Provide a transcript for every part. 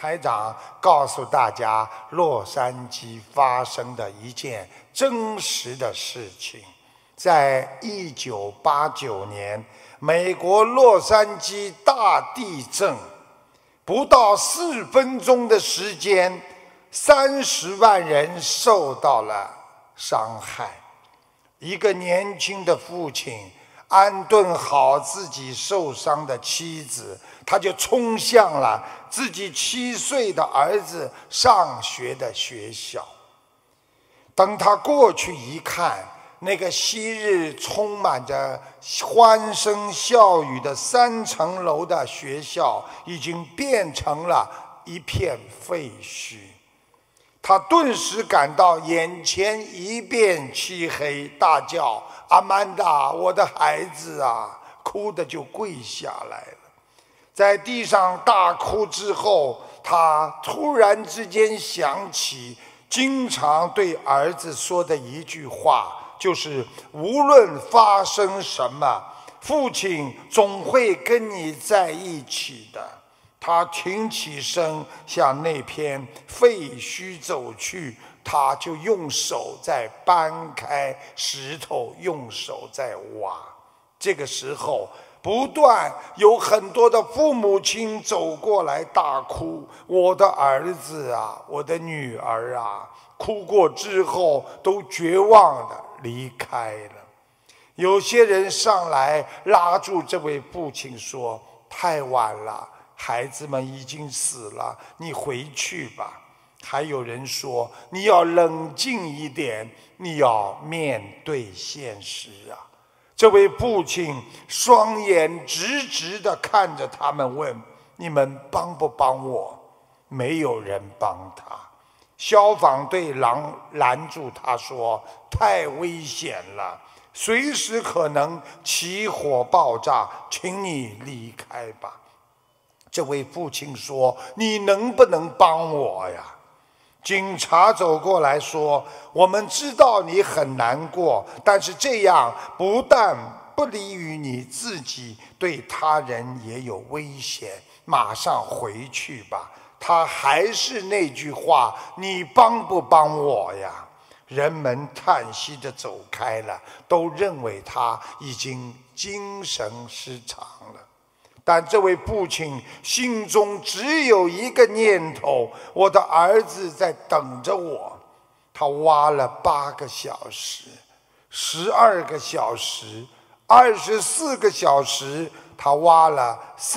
台长告诉大家洛杉矶发生的一件真实的事情。在1989年，美国洛杉矶大地震，不到4分钟的时间，30万人受到了伤害。一个年轻的父亲安顿好自己受伤的妻子，他就冲向了自己7岁的儿子上学的学校。等他过去一看，那个昔日充满着欢声笑语的3层楼的学校，已经变成了一片废墟。他顿时感到眼前一片漆黑，大叫：“阿曼达，我的孩子啊！”哭得就跪下来了。在地上大哭之后，他突然之间想起经常对儿子说的一句话，就是无论发生什么，父亲总会跟你在一起的。他挺起身向那片废墟走去，他就用手在搬开石头，用手在挖。这个时候，不断有很多的父母亲走过来大哭：“我的儿子啊，我的女儿啊！”哭过之后都绝望地离开了。有些人上来拉住这位父亲说：“太晚了，孩子们已经死了，你回去吧。”还有人说：“你要冷静一点，你要面对现实啊。”这位父亲双眼直直地看着他们问：“你们帮不帮我？”没有人帮他。消防队拦住他说：“太危险了，随时可能起火爆炸，请你离开吧。”这位父亲说：“你能不能帮我呀？”警察走过来说：“我们知道你很难过，但是这样不但不利于你自己，对他人也有危险。马上回去吧。”他还是那句话：“你帮不帮我呀？”人们叹息着走开了，都认为他已经精神失常了。但这位父亲心中只有一个念头：我的儿子在等着我。他挖了8个小时、12个小时、24个小时，他挖了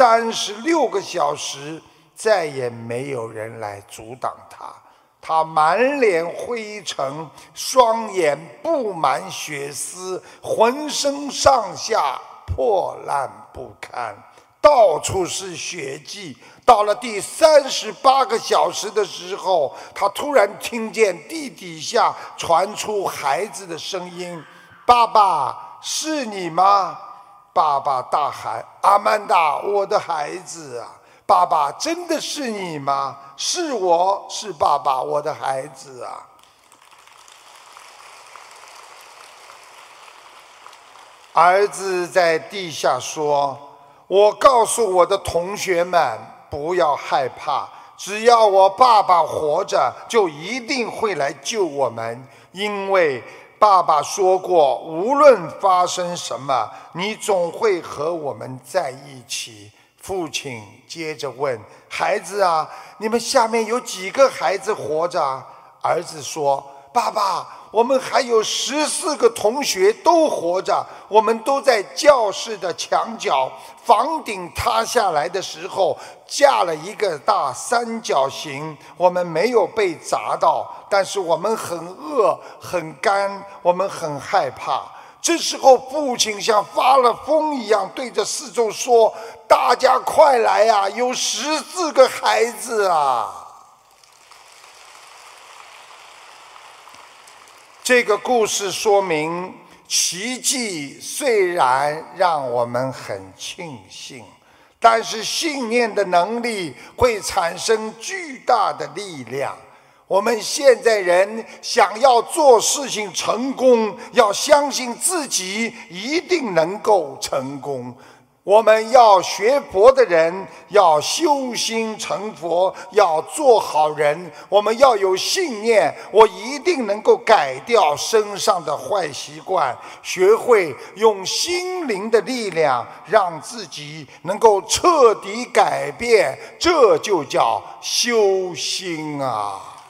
36个小时，再也没有人来阻挡他。他满脸灰尘，双眼布满血丝，浑身上下破烂不堪，到处是血迹。到了第38个小时的时候，他突然听见地底下传出孩子的声音：“爸爸，是你吗？”爸爸大喊：“阿曼达，我的孩子啊！爸爸，真的是你吗？”“是我，是爸爸，我的孩子啊！”儿子在地下说：“我告诉我的同学们，不要害怕，只要我爸爸活着，就一定会来救我们，因为爸爸说过，无论发生什么，你总会和我们在一起。”父亲接着问：“孩子啊，你们下面有几个孩子活着啊？”儿子说：“爸爸，我们还有14个同学都活着，我们都在教室的墙角。房顶塌下来的时候，架了一个大3角形，我们没有被砸到，但是我们很饿很干，我们很害怕。”这时候，父亲像发了疯一样对着四周说：“大家快来呀，有14个孩子啊！”这个故事说明，奇迹虽然让我们很庆幸，但是信念的能力会产生巨大的力量。我们现在人想要做事情成功，要相信自己一定能够成功。 我们要学佛的人要修心成佛，要做好人。我们要有信念，我一定能够改掉身上的坏习惯，学会用心灵的力量让自己能够彻底改变，这就叫修心啊。